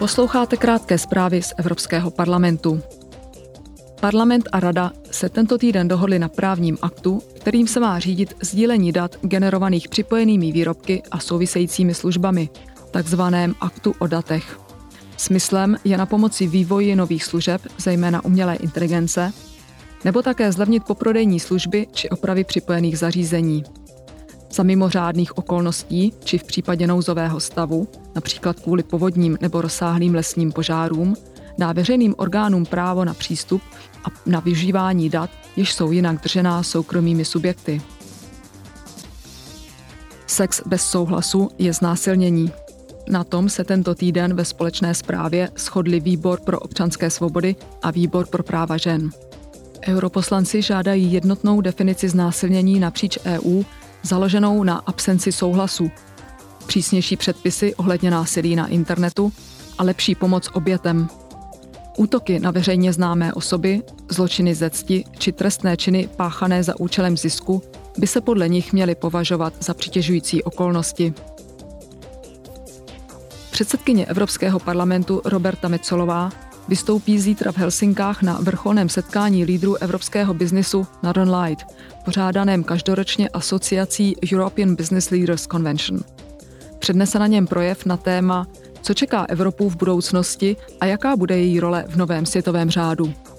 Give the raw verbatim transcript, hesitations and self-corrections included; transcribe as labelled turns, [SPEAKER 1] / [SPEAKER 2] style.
[SPEAKER 1] Posloucháte krátké zprávy z Evropského parlamentu. Parlament a Rada se tento týden dohodli na právním aktu, kterým se má řídit sdílení dat generovaných připojenými výrobky a souvisejícími službami, takzvaném aktu o datech. Smyslem je na pomoci vývoji nových služeb, zejména umělé inteligence, nebo také zlevnit poprodejní služby či opravy připojených zařízení. Za mimořádných okolností či v případě nouzového stavu, například kvůli povodním nebo rozsáhlým lesním požárům, dá veřejným orgánům právo na přístup a na využívání dat, jež jsou jinak držená soukromými subjekty. Sex bez souhlasu je znásilnění. Na tom se tento týden ve společné zprávě shodli Výbor pro občanské svobody a Výbor pro práva žen. Europoslanci žádají jednotnou definici znásilnění napříč E U, založenou na absenci souhlasu, přísnější předpisy ohledně násilí na internetu a lepší pomoc obětem. Útoky na veřejně známé osoby, zločiny ze cti či trestné činy páchané za účelem zisku by se podle nich měly považovat za přitěžující okolnosti. Předsedkyně Evropského parlamentu Roberta Metsolová vystoupí zítra v Helsinkách na vrcholném setkání lídrů evropského biznisu Northern Light, pořádaném každoročně asociací European Business Leaders Convention. Přednese na něm projev na téma, co čeká Evropu v budoucnosti a jaká bude její role v novém světovém řádu.